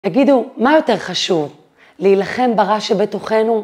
תגידו, מה יותר חשוב? להילחם ברע שבתוכנו,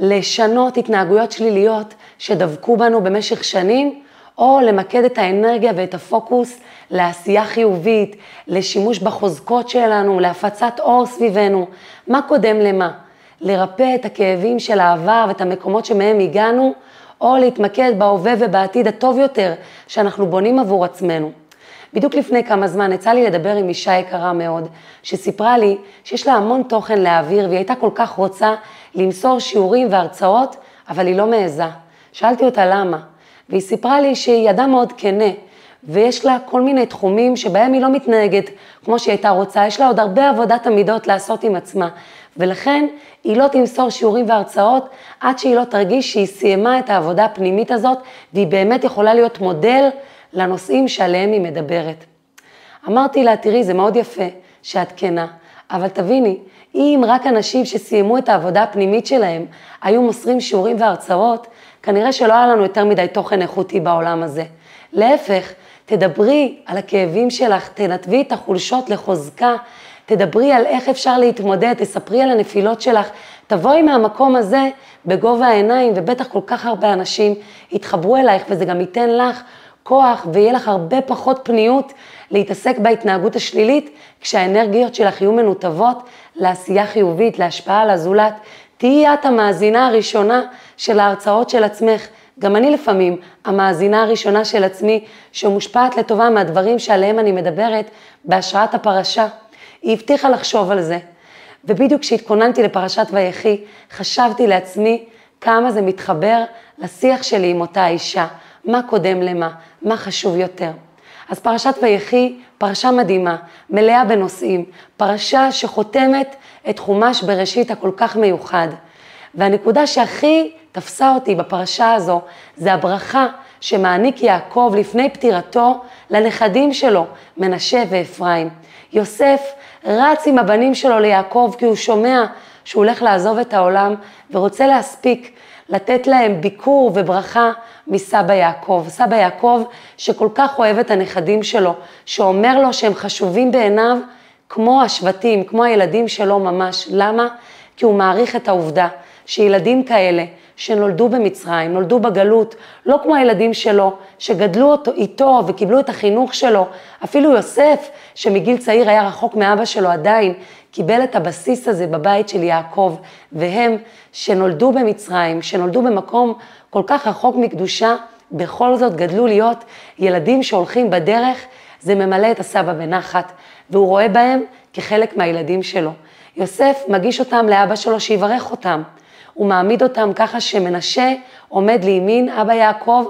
לשנות התנהגויות שליליות שדבקו בנו במשך שנים, או למקד את האנרגיה ואת הפוקוס לעשייה חיובית, לשימוש בחוזקות שלנו, להפצת אור סביבנו? מה קודם למה? לרפא את הכאבים של העבר ואת המקומות שמהם הגענו, או להתמקד בהווה ובעתיד הטוב יותר שאנחנו בונים עבור עצמנו? בדיוק לפני כמה זמן יצא לי לדבר עם אישה יקרה מאוד, שסיפרה לי שיש לה המון תוכן להעביר, והיא הייתה כל כך רוצה למסור שיעורים והרצאות, אבל היא לא מעזה. שאלתי אותה למה, והיא סיפרה לי שהיא אדם מאוד כנה, ויש לה כל מיני תחומים שבהם היא לא מתנהגת כמו שהיא הייתה רוצה, יש לה עוד הרבה עבודת עמידות לעשות עם עצמה, ולכן היא לא תמסור שיעורים והרצאות עד שהיא לא תרגיש שהיא סיימה את העבודה הפנימית הזאת, והיא באמת יכולה להיות מודל לנושאים שעליהם היא מדברת. אמרתי לה, תראי, זה מאוד יפה שאת כנה, אבל תביני, אם רק אנשים שסיימו את העבודה הפנימית שלהם היו מוסרים שיעורים והרצאות, כנראה שלא היה לנו יותר מדי תוכן איכותי בעולם הזה. להפך, תדברי על הכאבים שלך, תנתבי את החולשות לחוזקה, תדברי על איך אפשר להתמודד, תספרי על הנפילות שלך, תבואי מהמקום הזה בגובה העיניים, ובטח כל כך הרבה אנשים יתחברו אלייך, וזה גם ייתן לך כוח, ויהיה לך הרבה פחות פניות להתעסק בהתנהגות השלילית, כשהאנרגיות שלך יהיו מנותבות לעשייה חיובית, להשפעה על הזולת. תהיי את המאזינה הראשונה של ההרצאות של עצמך. גם אני לפעמים המאזינה הראשונה של עצמי, שמושפעת לטובה מהדברים שעליהם אני מדברת בהשראת הפרשה. היא הבטיחה לחשוב על זה. ובדיוק כשהתכוננתי לפרשת ויחי, חשבתי לעצמי כמה זה מתחבר לשיח שלי עם אותה אישה. מה קודם למה? מה חשוב יותר? אז פרשת ויחי, פרשה מדהימה, מלאה בנושאים, פרשה שחותמת את חומש בראשית הכל כך מיוחד. והנקודה שהכי תפסה אותי בפרשה הזו, זה הברכה שמעניק יעקב לפני פטירתו לנכדים שלו, מנשה ואפרים. יוסף רץ עם הבנים שלו ליעקב, כי הוא שומע שהוא הולך לעזוב את העולם, ורוצה להספיק לתת להם ביקור וברכה מסבא יעקב. סבא יעקב שכל כך אוהב את הנכדים שלו, שאומר לו שהם חשובים בעיניו כמו השבטים, כמו הילדים שלו ממש. למה? כי הוא מעריך את העובדה שילדים כאלה שנולדו במצרים, נולדו בגלות, לא כמו הילדים שלו שגדלו איתו וקיבלו את החינוך שלו. אפילו יוסף שמגיל צעיר היה רחוק מאבא שלו, עדיין קיבל את הבסיס הזה בבית של יעקב, והם שנולדו במצרים, שנולדו במקום כל כך רחוק מקדושה, בכל זאת גדלו להיות ילדים שהולכים בדרך. זה ממלא את הסבא בנחת, והוא רואה בהם כחלק מהילדים שלו. יוסף מגיש אותם לאבא שלו שיברך אותם. הוא מעמיד אותם ככה שמנשה עומד לימין אבא יעקב,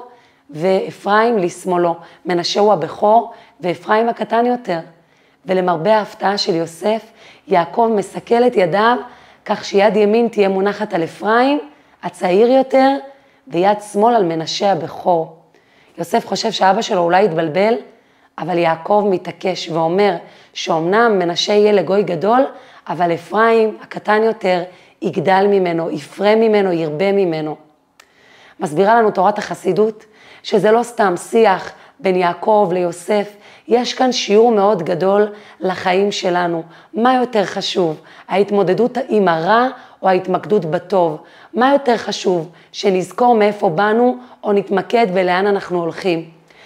ואפרים לשמאלו. מנשה הוא הבכור ואפרים הקטן יותר. ולמרבה ההפתעה של יוסף, יעקב מסכל את ידיו, כך שיד ימין תהיה מונחת על אפרים, הצעיר יותר, ויד שמאל על מנשה הבכור. יוסף חושב שאבא שלו אולי יתבלבל, אבל יעקב מתעקש ואומר שאומנם מנשה יהיה לגוי גדול, אבל אפרים הקטן יותר יגדל ממנו, יפרה ממנו, ירבה ממנו. מסבירה לנו תורת החסידות שזה לא סתם שיח בין יעקב ליוסף, יש כאן שיעור מאוד גדול לחיים שלנו. מה יותר חשוב, ההתמודדות עם הרע או ההתמקדות בטוב? מה יותר חשוב, שנזכור מאיפה באנו או נתמקד ולאן אנחנו הולכים?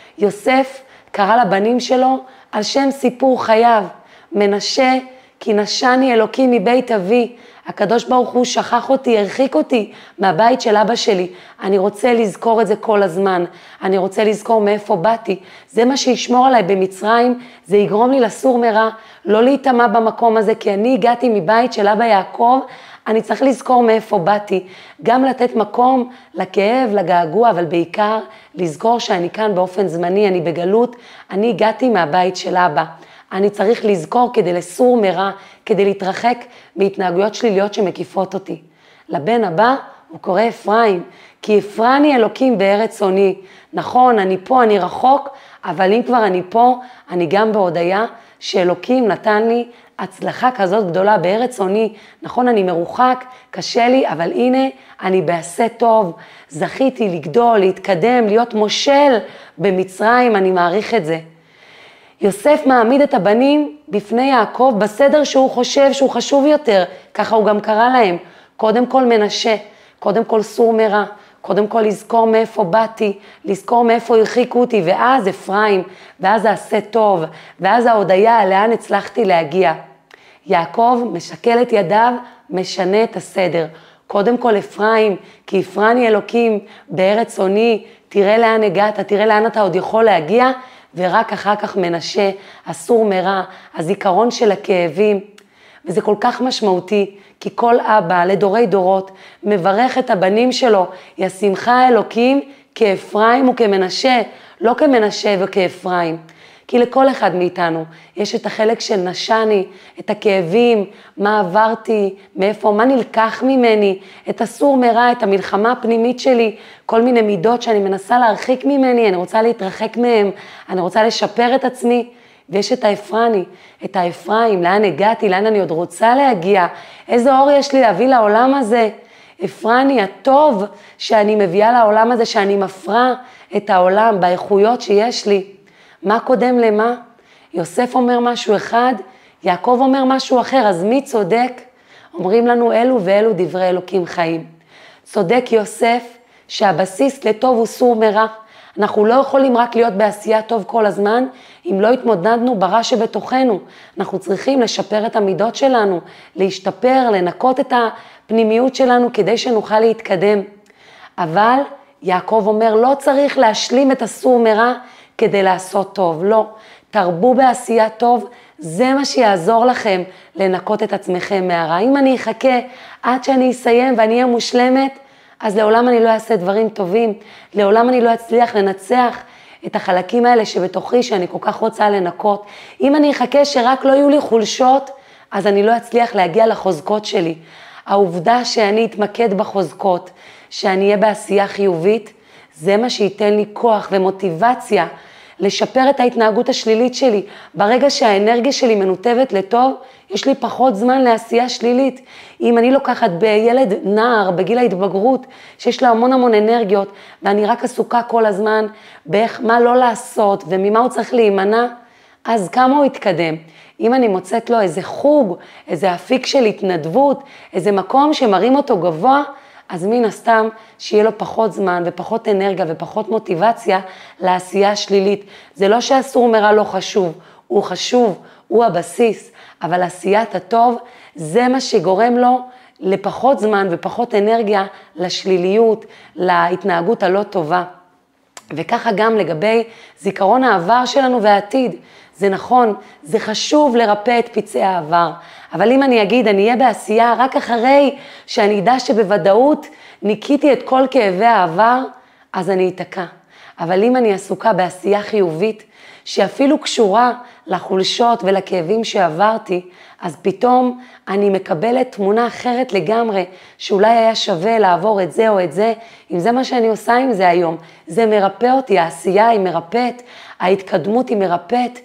יוסף קרא לבנים שלו על שם סיפור חייו. מנשה, כי נשני אלוקים מבית אבי, הקדוש ברוך הוא שכח אותי, הרחיק אותי מהבית של אבא שלי. אני רוצה לזכור את זה כל הזמן. אני רוצה לזכור מאיפה באתי. זה מה שישמור עליי במצרים, זה יגרום לי לסור מרע, לא להתאמה במקום הזה, כי אני הגעתי מבית של אבא יעקב, אני צריך לזכור מאיפה באתי. גם לתת מקום לכאב, לגעגוע, אבל בעיקר לזכור שאני כאן באופן זמני, אני בגלות, אני הגעתי מהבית של אבא. אני צריך לזכור כדי לסור מרע, כדי להתרחק מהתנהגויות שליליות שמקיפות אותי. לבן הבא הוא קורא אפרים, כי אפרני אלוקים בארץ עוני. נכון, אני פה, אני רחוק, אבל אם כבר אני פה, אני גם בהודיה שאלוקים נתן לי הצלחה כזאת גדולה בארץ עוני. נכון, אני מרוחק, קשה לי, אבל הנה אני בעשה טוב, זכיתי לגדול, להתקדם, להיות מושל במצרים, אני מעריך את זה. יוסף מעמיד את הבנים בפני יעקב בסדר שהוא חושב שהוא חשוב יותר, ככה הוא גם קרא להם. קודם כל מנשה, קודם כל סור מרע, קודם כל לזכור מאיפה באתי, לזכור מאיפה הרחיקו אותי, ואז אפרים, ואז העשה טוב, ואז ההודיה לאן הצלחתי להגיע. יעקב משקל את ידיו, משנה את הסדר. קודם כל אפרים, כי אפרני אלוקים בארץ עוני, תראה לאן הגעת, תראה לאן אתה עוד יכול להגיע, ורק אחר כך מנשה, הסור מרע, הזיכרון של הכאבים. וזה כל כך משמעותי, כי כל אבא לדורי דורות מברך את הבנים שלו, ישמחה האלוקים כאפרים וכמנשה, לא כמנשה וכאפרים. כי לכל אחד מאיתנו יש את החלק של נשני, את הכאבים, מה עברתי, מאיפה, מה נלקח ממני, את הסור מרע, את המלחמה הפנימית שלי, כל מיני מידות שאני מנסה להרחיק ממני, אני רוצה להתרחק מהם, אני רוצה לשפר את עצמי, ויש את האפרני, את האפרים, לאן הגעתי, לאן אני עוד רוצה להגיע, איזה אור יש לי להביא לעולם הזה, אפרני הטוב שאני מביאה לעולם הזה, שאני מפרה את העולם באיכויות שיש לי. מה קודם למה? יוסף אומר משהו אחד, יעקב אומר משהו אחר, אז מי צודק? אומרים לנו אלו ואלו דברי אלוקים חיים. צודק יוסף שהבסיס לטוב הוא סור מרע. אנחנו לא יכולים רק להיות בעשייה טוב כל הזמן, אם לא התמודדנו ברע שבתוכנו. אנחנו צריכים לשפר את המידות שלנו, להשתפר, לנקות את הפנימיות שלנו כדי שנוכל להתקדם. אבל יעקב אומר, לא צריך להשלים את הסור מרע כדי לעשות טוב. לא, תרבו בעשייה טוב, זה מה שיעזור לכם לנקות את עצמכם מהרע. אם אני אחכה עד שאני אסיים ואני אהיה מושלמת, אז לעולם אני לא אעשה דברים טובים, לעולם אני לא אצליח לנצח את החלקים האלה שבתוכי שאני כל כך רוצה לנקות. אם אני אחכה שרק לא יהיו לי חולשות, אז אני לא אצליח להגיע לחוזקות שלי. העובדה שאני אתמקד בחוזקות, שאני אהיה בעשייה חיובית, זה מה שייתן לי כוח ומוטיבציה לשפר את ההתנהגות השלילית שלי. ברגע שהאנרגיה שלי מנותבת לטוב, יש לי פחות זמן לעשייה שלילית. אם אני לוקחת בילד נער, בגיל ההתבגרות, שיש לו המון אנרגיות, ואני רק עסוקה כל הזמן באיך מה לא לעשות וממה הוא צריך להימנע, אז כמה הוא יתקדם? אם אני מוצאת לו איזה חוג, איזה אפיק של התנדבות, איזה מקום שמרים אותו גבוה, אז מן הסתם שיהיה לו פחות זמן ופחות אנרגיה ופחות מוטיבציה לעשייה השלילית. זה לא שהסור מרע לא חשוב, הוא חשוב, הוא הבסיס, אבל עשיית הטוב זה מה שגורם לו לפחות זמן ופחות אנרגיה לשליליות, להתנהגות הלא טובה. וככה גם לגבי זיכרון העבר שלנו והעתיד. זה נכון, זה חשוב לרפא את פצעי העבר, אבל אם אני אגיד, אני אהיה בעשייה רק אחרי שאני אדע שבוודאות ניקיתי את כל כאבי העבר, אז אני אתקע. אבל אם אני עסוקה בעשייה חיובית, שאפילו קשורה לחולשות ולכאבים שעברתי, אז פתאום אני מקבלת תמונה אחרת לגמרי, שאולי היה שווה לעבור את זה או את זה, אם זה מה שאני עושה עם זה היום, זה מרפא אותי, העשייה היא מרפאת, ההתקדמות היא מרפאת,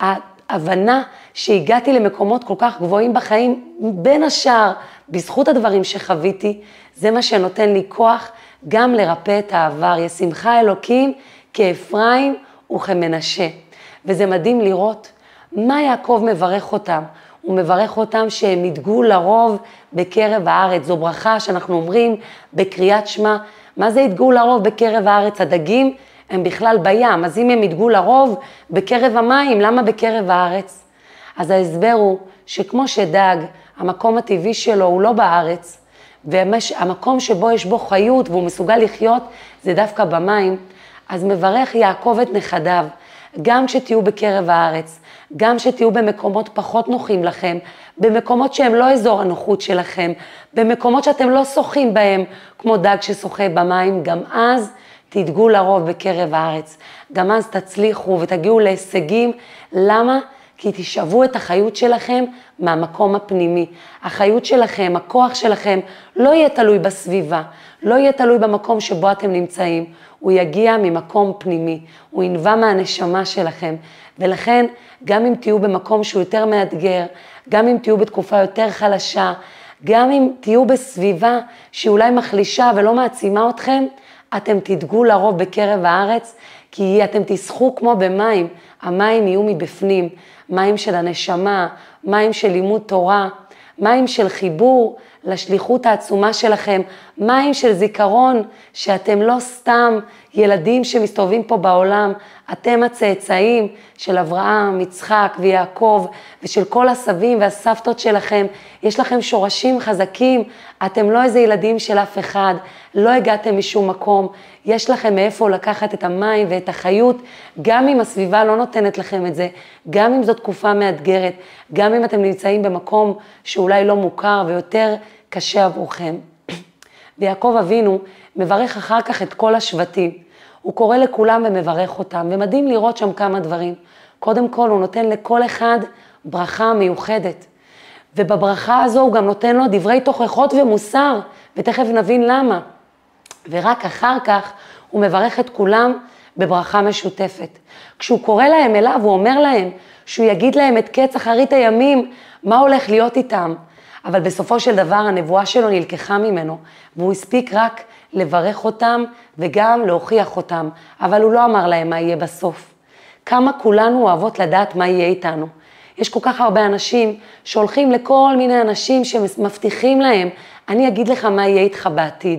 ההבנה שהגעתי למקומות כל כך גבוהים בחיים, בין השאר, בזכות הדברים שחוויתי, זה מה שנותן לי כוח גם לרפא את העבר. ישמחה אלוקים כאפרים וכמנשה. וזה מדהים לראות מה יעקב מברך אותם. הוא מברך אותם שהם ידגו לרוב בקרב הארץ. זו ברכה שאנחנו אומרים בקריאת שמע. מה זה ידגו לרוב בקרב הארץ? הדגים הם בכלל בים, אז אם הם ידגו לרוב בקרב המים, למה בקרב הארץ? אז ההסבר הוא שכמו שדג, המקום הטבעי שלו הוא לא בארץ, והמקום שבו יש בו חיות והוא מסוגל לחיות זה דווקא במים, אז מברך יעקב את נכדיו, גם כשתהיו בקרב הארץ, גם כשתהיו במקומות פחות נוחים לכם, במקומות שהם לא אזור הנוחות שלכם, במקומות שאתם לא שוחים בהם, כמו דג ששוחה במים, גם אז תדגו לרוב בקרב הארץ. גם אז תצליחו ותגיעו להישגים. למה? כי תשאבו את החיות שלכם מהמקום הפנימי. החיות שלכם, הכוח שלכם, לא יהיה תלוי בסביבה, לא יהיה תלוי במקום שבו אתם נמצאים. הוא יגיע ממקום פנימי, הוא ינבע מהנשמה שלכם. ולכן, גם אם תהיו במקום שהוא יותר מאתגר, גם אם תהיו בתקופה יותר חלשה, גם אם תהיו בסביבה שאולי מחלישה ולא מעצימה אתכם, אתם תדגו לרוב בקרב הארץ, כי אתם תשחו כמו במים, המים יהיו מבפנים, מים של הנשמה, מים של לימוד תורה, מים של חיבור לשליחות העצומה שלכם, מים של זיכרון שאתם לא סתם ילדים שמסתובבים פה בעולם, אתם הצאצאים של אברהם, יצחק ויעקב ושל כל הסבים והסבתות שלכם, יש לכם שורשים חזקים, אתם לא איזה ילדים של אף אחד, לא הגעתם משום מקום, יש לכם מאיפה לקחת את המים ואת החיות, גם אם הסביבה לא נותנת לכם את זה, גם אם זו תקופה מאתגרת, גם אם אתם נמצאים במקום שאולי לא מוכר ויותר קשה עבורכם. ויעקב אבינו מברך אחר כך את כל השבטים, הוא קורא לכולם ומברך אותם, ומדהים לראות שם כמה דברים. קודם כל הוא נותן לכל אחד ברכה מיוחדת, ובברכה הזו הוא גם נותן לו דברי תוכחות ומוסר, ותכף נבין למה. ורק אחר כך הוא מברך את כולם בברכה משותפת. כשהוא קורא להם אליו, הוא אומר להם שהוא יגיד להם את קץ אחרית הימים, מה הולך להיות איתם. אבל בסופו של דבר הנבואה שלו נלקחה ממנו, והוא הספיק רק לברך אותם וגם להוכיח אותם, אבל הוא לא אמר להם מה יהיה בסוף. כמה כולנו אוהבות לדעת מה יהיה איתנו. יש כל כך הרבה אנשים שהולכים לכל מיני אנשים שמבטיחים להם, אני אגיד לך מה יהיה איתך בעתיד.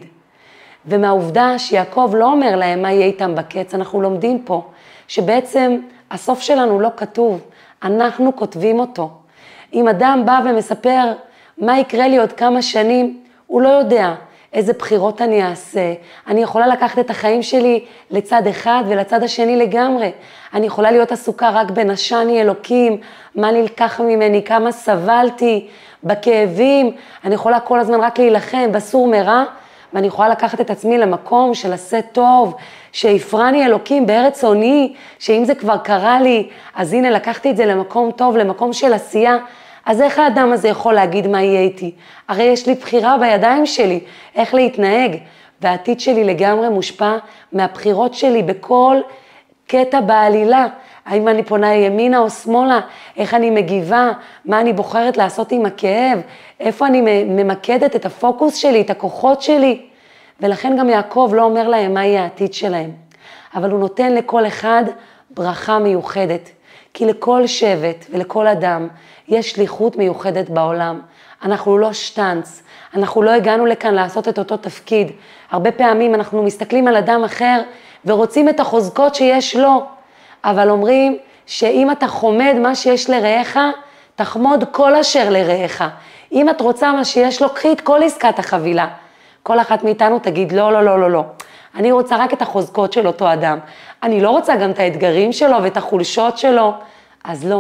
ומהעובדה שיעקב לא אומר להם מה יהיה איתם בקץ, אנחנו לומדים פה, שבעצם הסוף שלנו לא כתוב, אנחנו כותבים אותו. אם אדם בא ומספר מה יקרה לי עוד כמה שנים, הוא לא יודע איזה בחירות אני אעשה. אני יכולה לקחת את החיים שלי לצד אחד ולצד השני לגמרי. אני יכולה להיות עסוקה רק בנשני אלוקים, מה נלקח ממני, כמה סבלתי, בכאבים. אני יכולה כל הזמן רק להילחם בסור מרע, ואני יכולה לקחת את עצמי למקום של עשה טוב, שיפרני אלוקים בארץ עוני, שאם זה כבר קרה לי, אז הנה לקחתי את זה למקום טוב, למקום של עשייה. אז איך האדם הזה יכול להגיד מה יהיה איתי? הרי יש לי בחירה בידיים שלי, איך להתנהג, והעתיד שלי לגמרי מושפע מהבחירות שלי בכל קטע בעלילה. האם אני פונה ימינה או שמאלה, איך אני מגיבה, מה אני בוחרת לעשות עם הכאב, איפה אני ממקדת את הפוקוס שלי, את הכוחות שלי. ולכן גם יעקב לא אומר להם מה יהיה העתיד שלהם, אבל הוא נותן לכל אחד ברכה מיוחדת, כי לכל שבט ולכל אדם יש שליחות מיוחדת בעולם. אנחנו לא שטנץ, אנחנו לא הגענו לכאן לעשות את אותו תפקיד. הרבה פעמים אנחנו מסתכלים על אדם אחר ורוצים את החוזקות שיש לו, אבל אומרים שאם אתה חומד מה שיש לרעך, תחמוד כל אשר לרעך. אם את רוצה מה שיש לו, קחי את כל עסקת החבילה. כל אחת מאיתנו תגיד לא, לא, לא, לא, לא. אני רוצה רק את החוזקות של אותו אדם. אני לא רוצה גם את האתגרים שלו ואת החולשות שלו. אז לא.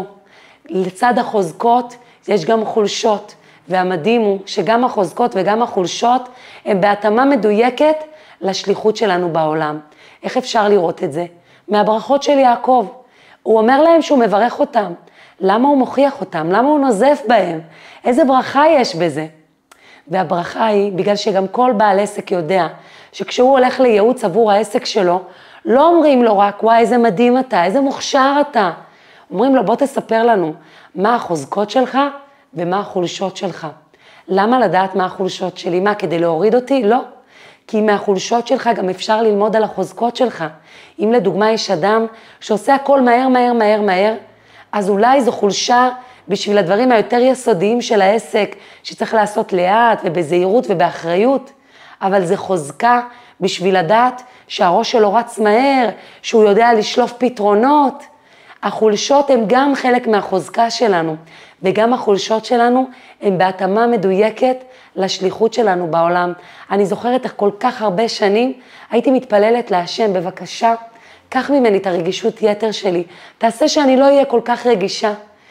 לצד החוזקות יש גם חולשות. והמדהים הוא שגם החוזקות וגם החולשות הם בהתאמה מדויקת לשליחות שלנו בעולם. איך אפשר לראות את זה? מהברכות של יעקב. הוא אומר להם שהוא מברך אותם. למה הוא מוכיח אותם? למה הוא נוזף בהם? איזה ברכה יש בזה? והברכה היא בגלל שגם כל בעל עסק יודע שכשהוא הולך לייעוץ עבור העסק שלו, לא אומרים לו רק, וואי, איזה מדהים אתה, איזה מוכשר אתה. אומרים לו, בוא תספר לנו מה החוזקות שלך ומה החולשות שלך. למה לדעת מה החולשות שלי? מה, כדי להוריד אותי? לא. כי מהחולשות שלך גם אפשר ללמוד על החוזקות שלך. אם לדוגמה יש אדם שעושה הכל מהר, מהר, מהר, מהר, אז אולי זו חולשה בשביל הדברים היותר יסודיים של העסק, שצריך לעשות לאט ובזהירות ובאחריות, אבל זה חוזקה בשביל לדעת שהראש שלו רץ מהר, שהוא יודע לשלוף פתרונות. החולשות הן גם חלק מהחוזקה שלנו, וגם החולשות שלנו הן בהתאמה מדויקת לשליחות שלנו בעולם. אני זוכרת איך כל כך הרבה שנים הייתי מתפללת להשם, בבקשה, קח ממני את הרגישות יתר שלי, תעשה שאני לא אהיה כל כך רגישה.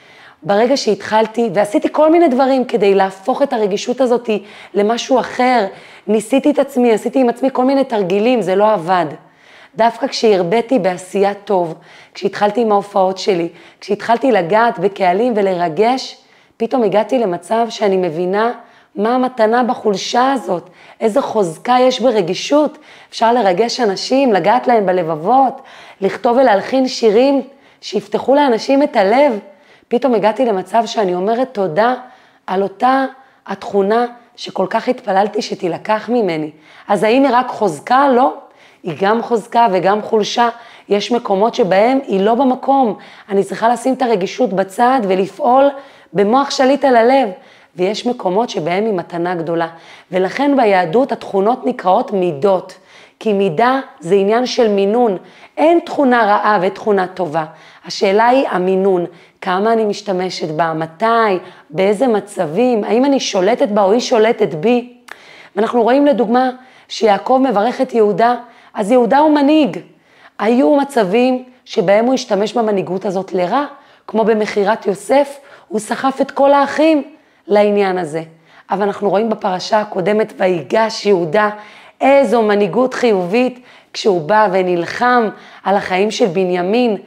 ברגע שהתחלתי ועשיתי כל מיני דברים כדי להפוך את הרגישות הזאת למשהו אחר, ניסיתי את עצמי, עשיתי עם עצמי כל מיני תרגילים, זה לא עבד. דווקא כשהרבאתי בעשייה טוב, כשהתחלתי עם ההופעות שלי, כשהתחלתי לגעת בקהלים ולרגש, פתאום הגעתי למצב שאני מבינה מה המתנה בחולשה הזאת, איזו חוזקה יש ברגישות, אפשר לרגש אנשים, לגעת להם בלבבות, לכתוב ולהלחין שירים שיפתחו לאנשים את הלב. פתאום הגעתי למצב שאני אומרת תודה על אותה התכונה שכל כך התפללתי שתילקח ממני. אז האם היא רק חוזקה? לא. היא גם חוזקה וגם חולשה, יש מקומות שבהם היא לא במקום, אני צריכה לשים את הרגישות בצד ולפעול במוח שליט על הלב, ויש מקומות שבהם היא מתנה גדולה, ולכן ביהדות התכונות נקראות מידות, כי מידה זה עניין של מינון, אין תכונה רעה ותכונה טובה, השאלה היא המינון, כמה אני משתמשת בה, מתי, באיזה מצבים, האם אני שולטת בה או היא שולטת בי. ואנחנו רואים לדוגמה שיעקב מברך את יהודה, אז יהודה הוא מנהיג. היו מצבים שבהם הוא השתמש במנהיגות הזאת לרע, כמו במכירת יוסף, הוא סחף את כל האחים לעניין הזה. אבל אנחנו רואים בפרשה הקודמת, ויגש יהודה, איזו מנהיגות חיובית, כשהוא בא ונלחם על החיים של בנימין,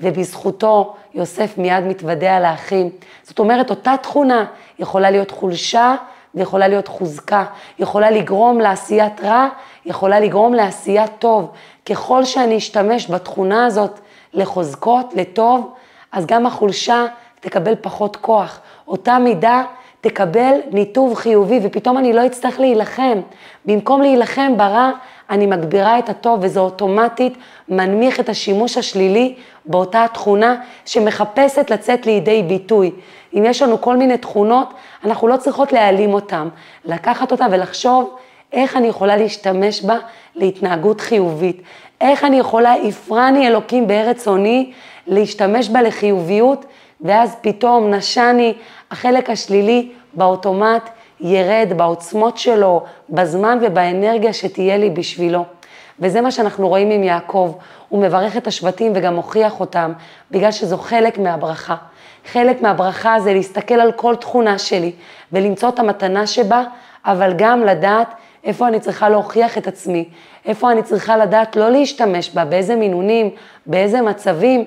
ובזכותו יוסף מיד מתוודע על האחים. זאת אומרת, אותה תכונה יכולה להיות חולשה, ויכולה להיות חוזקה, יכולה לגרום לעשיית רע, יכולה לגרום לעשיית טוב. ככל שאני אשתמש בתכונה הזאת לחוזקות, לטוב, אז גם החולשה תקבל פחות כוח. אותה מידה תקבל ניתוב חיובי, ופתאום אני לא אצטרך להילחם. במקום להילחם ברע, אני מגבירה את הטוב, וזה אוטומטית מנמיך את השימוש השלילי באותה תכונה שמחפשת לצאת לידי ביטוי. אם יש לנו כל מיני תכונות, אנחנו לא צריכות להעלים אותם, לקחת אותה ולחשוב איך אני יכולה להשתמש בה להתנהגות חיובית. איך אני יכולה, יפרני אלוקים בארץ עוני, להשתמש בה לחיוביות, ואז פתאום נשני החלק השלילי באוטומט ירד בעוצמות שלו, בזמן ובאנרגיה שתהיה לי בשבילו. וזה מה שאנחנו רואים עם יעקב, הוא מברך את השבטים וגם מוכיח אותם, בגלל שזו חלק מהברכה. חלק מהברכה זה להסתכל על כל תכונה שלי, ולמצוא את המתנה שבה, אבל גם לדעת איפה אני צריכה להוכיח את עצמי, איפה אני צריכה לדעת לא להשתמש בה, באיזה מינונים, באיזה מצבים.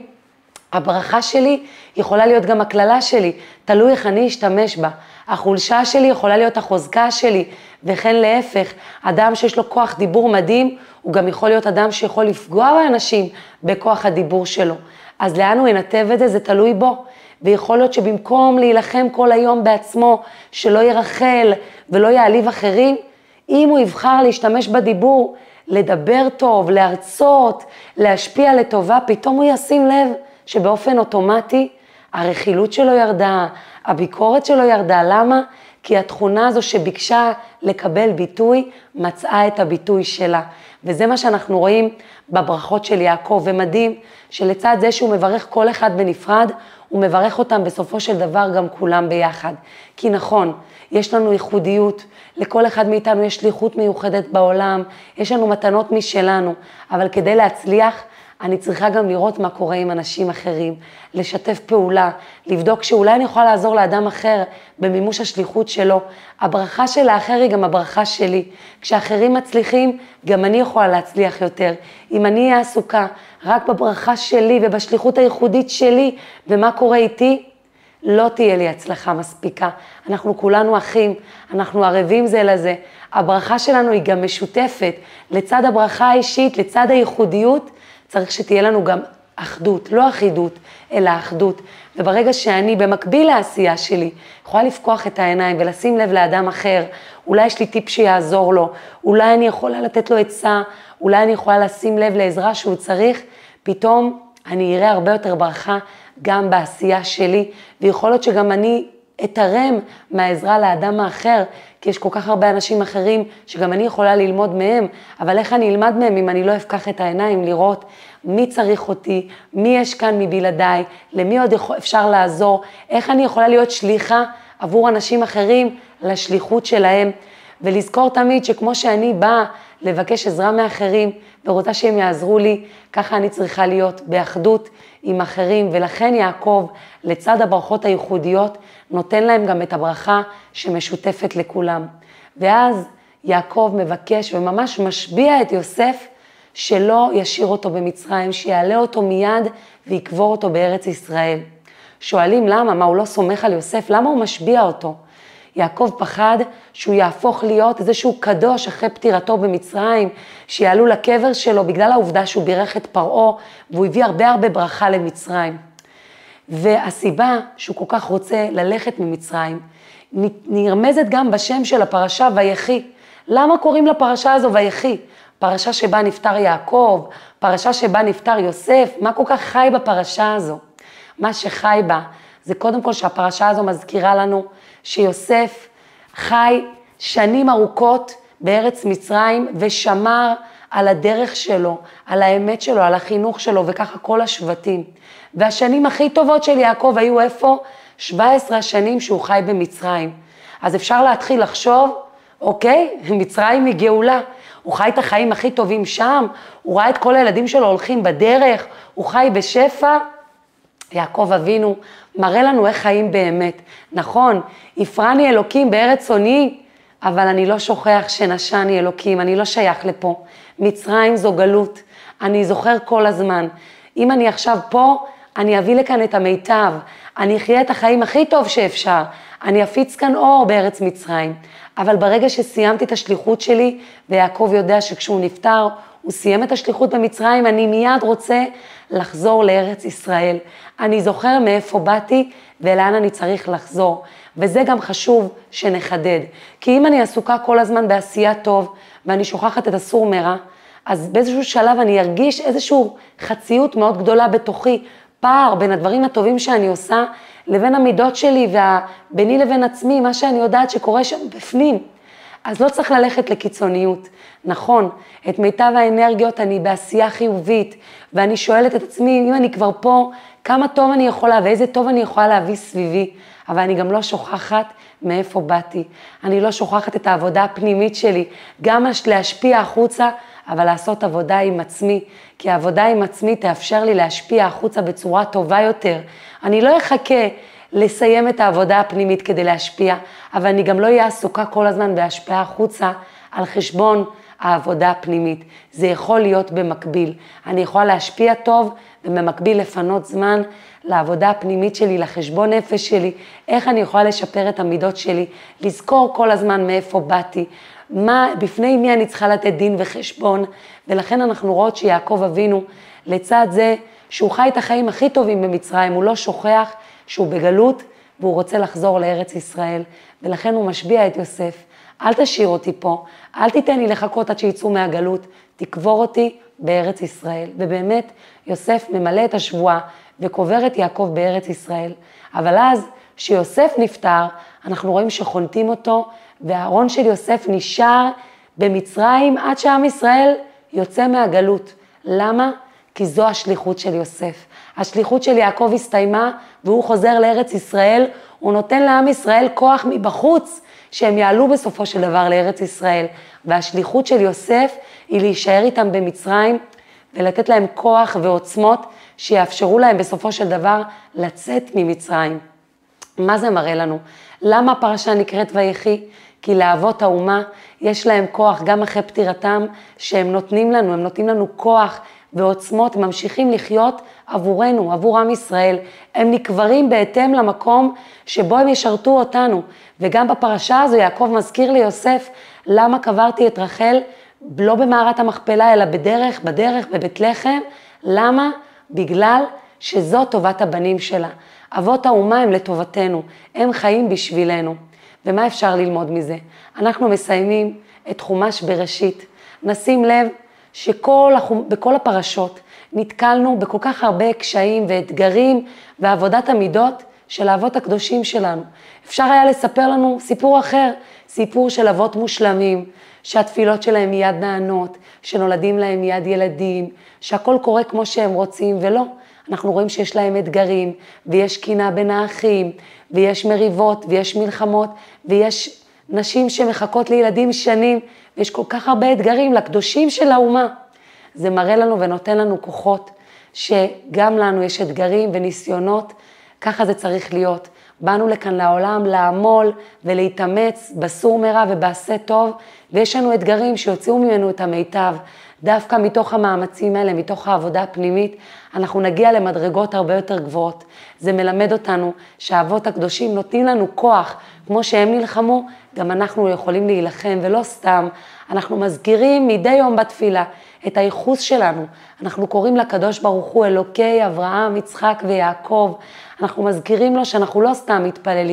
הברכה שלי יכולה להיות גם הכללה שלי, תלוי איך אני אשתמש בה. החולשה שלי יכולה להיות החוזקה שלי, וכן להפך, אדם שיש לו כוח דיבור מדהים, הוא גם יכול להיות אדם שיכול לפגוע באנשים בכוח הדיבור שלו. אז לאן הוא ינתב את זה? זה תלוי בו. ויכול להיות שבמקום להילחם כל היום בעצמו, שלא ירחל ולא יעליב אחרים, אם הוא יבחר להשתמש בדיבור, לדבר טוב, להרצות, להשפיע לטובה, פתאום הוא ישים לב שבאופן אוטומטי הרכילות שלו ירדה, הביקורת שלו ירדה. למה? כי התכונה הזו שביקשה לקבל ביטוי, מצאה את הביטוי שלה. וזה מה שאנחנו רואים בברכות של יעקב, ומדהים שלצד זה שהוא מברך כל אחד בנפרד, הוא מברך אותם בסופו של דבר גם כולם ביחד. כי נכון, יש לנו ייחודיות, לכל אחד מאיתנו יש שליחות מיוחדת בעולם, יש לנו מתנות משלנו, אבל כדי להצליח, אני צריכה גם לראות מה קורה עם אנשים אחרים, לשתף פעולה, לבדוק שאולי אני יכולה לעזור לאדם אחר במימוש השליחות שלו. הברכה של האחר היא גם הברכה שלי. כשאחרים מצליחים, גם אני יכולה להצליח יותר. אם אני אהיה עסוקה רק בברכה שלי ובשליחות הייחודית שלי ומה קורה איתי, לא תהיה לי הצלחה מספיקה. אנחנו כולנו אחים, אנחנו ערבים זה לזה. הברכה שלנו היא גם משותפת. לצד הברכה האישית, לצד הייחודיות, צריך שתהיה לנו גם אחדות, לא אחידות, אלא אחדות. וברגע שאני במקביל לעשייה שלי, יכולה לפקוח את העיניים ולשים לב לאדם אחר, אולי יש לי טיפ שיעזור לו, אולי אני יכולה לתת לו עצה, אולי אני יכולה לשים לב לעזרה שהוא צריך, פתאום אני אראה הרבה יותר ברכה גם בעשייה שלי, ויכול להיות שגם אני אתרם מהעזרה לאדם האחר, כי יש כל כך הרבה אנשים אחרים שגם אני יכולה ללמוד מהם, אבל איך אני אלמד מהם אם אני לא אפקח את העיניים לראות מי צריך אותי, מי יש כאן מבלעדיי, למי עוד אפשר לעזור, איך אני יכולה להיות שליחה עבור אנשים אחרים לשליחות שלהם, ולזכור תמיד שכמו שאני באה לבקש עזרה מאחרים ורוצה שהם יעזרו לי, ככה אני צריכה להיות באחדות עם אחרים, ולכן יעקב לצד הברכות הייחודיות נותן להם גם את הברכה שמשותפת לכולם. ואז יעקב מבקש וממש משביע את יוסף שלא ישאיר אותו במצרים, שיעלה אותו מיד ויקבור אותו בארץ ישראל. שואלים למה? מה, הוא לא סומך על יוסף? למה הוא משביע אותו? יעקב פחד שהוא יהפוך להיות איזשהו קדוש אחרי פטירתו במצרים, שיעלו לקבר שלו בגלל העובדה שהוא בירך את פרעה, והוא הביא הרבה ברכה למצרים. והסיבה שהוא כל כך רוצה ללכת ממצרים, נרמזת גם בשם של הפרשה ויחי. למה קוראים לפרשה הזו ויחי? פרשה שבה נפטר יעקב, פרשה שבה נפטר יוסף, מה כל כך חי בפרשה הזו? מה שחי בה זה קודם כל שהפרשה הזו מזכירה לנו שיוסף חי שנים ארוכות בארץ מצרים ושמר על הדרך שלו, על האמת שלו, על החינוך שלו וככה כל השבטים. והשנים הכי טובות של יעקב היו איפה? 17 השנים שהוא חי במצרים. אז אפשר להתחיל לחשוב, אוקיי, מצרים היא גאולה. הוא חי את החיים הכי טובים שם, הוא ראה את כל הילדים שלו הולכים בדרך, הוא חי בשפע. יעקב אבינו מראה לנו איך חיים באמת. נכון, יפרני אלוקים בארץ עוני, אבל אני לא שוכח שנשני אלוקים, אני לא שייך לפה. מצרים זו גלות, אני זוכר כל הזמן. אם אני עכשיו פה, אני אביא לכאן את המיטב, אני אחיה את החיים הכי טוב שאפשר, אני אפיץ כאן אור בארץ מצרים. אבל ברגע שסיימתי את השליחות שלי, ויעקב יודע שכשהוא נפטר, הוא סיים את השליחות במצרים, אני מיד רוצה לחזור לארץ ישראל. אני זוכר מאיפה באתי ולאן אני צריך לחזור. וזה גם חשוב שנחדד. כי אם אני עסוקה כל הזמן בעשייה טוב, ואני שוכחת את הסור מרע, אז באיזשהו שלב אני ארגיש איזשהו חציות מאוד גדולה בתוכי, פער בין הדברים הטובים שאני עושה, לבין המידות שלי וביני לבין עצמי, מה שאני יודעת שקורה שם בפנים. אז לא צריך ללכת לקיצוניות. נכון, את מיטב האנרגיות אני בעשייה חיובית, ואני שואלת את עצמי, אם אני כבר פה, כמה טוב אני יכולה ואיזה טוב אני יכולה להביא סביבי, אבל אני גם לא שוכחת מאיפה באתי. אני לא שוכחת את העבודה הפנימית שלי, גם להשפיע החוצה, אבל לעשות עבודה עם עצמי, כי העבודה עם עצמי תאפשר לי להשפיע החוצה בצורה טובה יותר. אני לא אחכה לסיים את העבודה הפנימית כדי להשפיע, אבל אני גם לא אהיה עסוקה כל הזמן בהשפיע החוצה על חשבון העבודה הפנימית. זה יכול להיות במקביל. אני יכולה להשפיע טוב ובמקביל לפנות זמן לעבודה הפנימית שלי, לחשבון נפש שלי, איך אני יכולה לשפר את המידות שלי, לזכור כל הזמן מאיפה באתי, בפני מי אני צריכה לתת דין וחשבון, ולכן אנחנו רואות שיעקב אבינו, לצד זה שהוא חי את החיים הכי טובים במצרים, הוא לא שוכח שהוא בגלות, והוא רוצה לחזור לארץ ישראל, ולכן הוא משביע את יוסף, אל תשאיר אותי פה, אל תיתן לי לחכות עד שיצאו מהגלות, תקבור אותי בארץ ישראל. ובאמת יוסף ממלא את השבועה, וקובר את יעקב בארץ ישראל. אבל אז שיוסף נפטר, אנחנו רואים שחונטים אותו, והארון של יוסף נשאר במצרים עד שעם ישראל יוצא מהגלות. למה? כי זו השליחות של יוסף. השליחות של יעקב הסתיימה, והוא חוזר לארץ ישראל, הוא נותן לעם ישראל כוח מבחוץ, שהם יעלו בסופו של דבר לארץ ישראל. והשליחות של יוסף היא להישאר איתם במצרים, ולתת להם כוח ועוצמות, שיאפשרו להם בסופו של דבר לצאת ממצרים. מה זה מראה לנו? למה הפרשה נקראת ויחי? כי לאבות האומה יש להם כוח גם אחרי פטירתם, שהם נותנים לנו, הם נותנים לנו כוח ועוצמות, הם ממשיכים לחיות עבורנו, עבור עם ישראל. הם נקברים בהתאם למקום שבו הם ישרתו אותנו. וגם בפרשה הזו יעקב מזכיר ליוסף, למה קברתי את רחל לא במערת המכפלה, אלא בדרך בבית לחם. למה? בגלל שזו טובת הבנים שלה. אבות האומה הם לטובתנו, הם חיים בשבילנו. ומה אפשר ללמוד מזה? אנחנו מסיימים את חומש בראשית. נשים לב שבכל הפרשות נתקלנו בכל כך הרבה קשיים ואתגרים ועבודת המידות של האבות הקדושים שלנו. אפשר היה לספר לנו סיפור אחר, סיפור של אבות מושלמים, שהתפילות שלהם מיד נענות, שנולדים להם מיד ילדים, שהכל קורה כמו שהם רוצים, ולא. אנחנו רואים שיש להם אתגרים, ויש קינה בין האחים, ויש מריבות, ויש מלחמות, ויש נשים שמחכות לילדים שנים, ויש כל כך הרבה אתגרים לקדושים של האומה. זה מראה לנו ונותן לנו כוחות, שגם לנו יש אתגרים וניסיונות, ככה זה צריך להיות. באנו לכאן לעולם לעמול ולהתאמץ בסור מרע ובעשה טוב, ויש לנו אתגרים שיוציאו ממנו את המיטב. דווקא מתוך המאמצים האלה, מתוך העבודה הפנימית, אנחנו נגיע למדרגות הרבה יותר גבוהות. זה מלמד אותנו שהאבות הקדושים נותנים לנו כוח, כמו שהם נלחמו, גם אנחנו יכולים להילחם, ולא סתם. אנחנו מזכירים מדי יום בתפילה את הייחוס שלנו. אנחנו קוראים לקדוש ברוך הוא אלוקי אברהם, יצחק ויעקב. אנחנו מזכירים לו שאנחנו לא סתם מתפללים,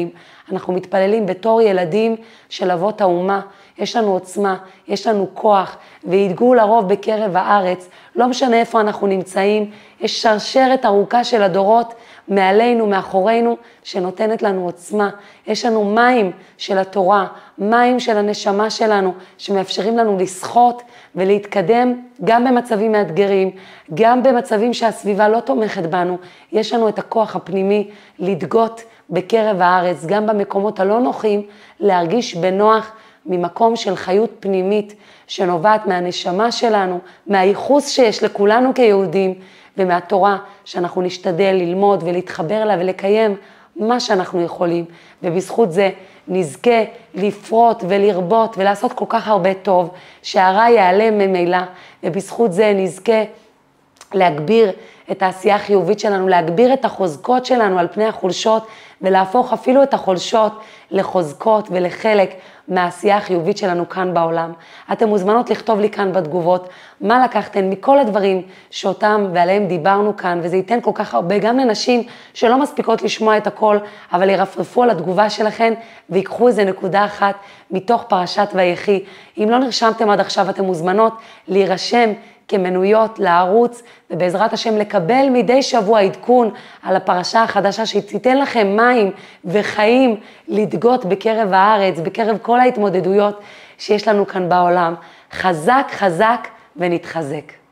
אנחנו מתפללים בתור ילדים של אבות האומה. יש לנו עוצמה, יש לנו כוח, וידגו לרוב בקרב הארץ, לא משנה איפה אנחנו נמצאים, יש שרשרת ארוכה של הדורות מעלינו, מאחורינו, שנותנת לנו עוצמה. יש לנו מים של התורה, מים של הנשמה שלנו, שמאפשרים לנו לשחות ולהתקדם גם במצבים מאתגרים, גם במצבים שהסביבה לא תומכת בנו. יש לנו את הכוח הפנימי לדגות בקרב הארץ, גם במקומות הלא נוחים, להרגיש בנוח ממקום של חיות פנימית שנובעת מהנשמה שלנו, מהייחוס שיש לכולנו כיהודים, ומהתורה שאנחנו נשתדל ללמוד ולהתחבר לה ולקיים מה שאנחנו יכולים. ובזכות זה נזכה לפרוט ולרבות ולעשות כל כך הרבה טוב, שהרע ייעלם ממילא, ובזכות זה נזכה להגביר את העשייה החיובית שלנו, להגביר את החוזקות שלנו על פני החולשות, ולהפוך אפילו את החולשות לחוזקות ולחלק מהעשייה החיובית שלנו כאן בעולם. אתם מוזמנות לכתוב לי כאן בתגובות מה לקחתן מכל הדברים שאותם ועליהם דיברנו כאן, וזה ייתן כל כך הרבה גם לנשים שלא מספיקות לשמוע את הכל, אבל ירפרפו על התגובה שלכן ויקחו איזה נקודה אחת מתוך פרשת ויחי. אם לא נרשמתם עד עכשיו, אתם מוזמנות להירשם כמנויות לערוץ, ובעזרת השם לקבל מדי שבוע עדכון על הפרשה החדשה שתיתן לכם מים וחיים לדגות בקרב הארץ, בקרב כל ההתמודדויות שיש לנו כאן בעולם. חזק חזק ונתחזק.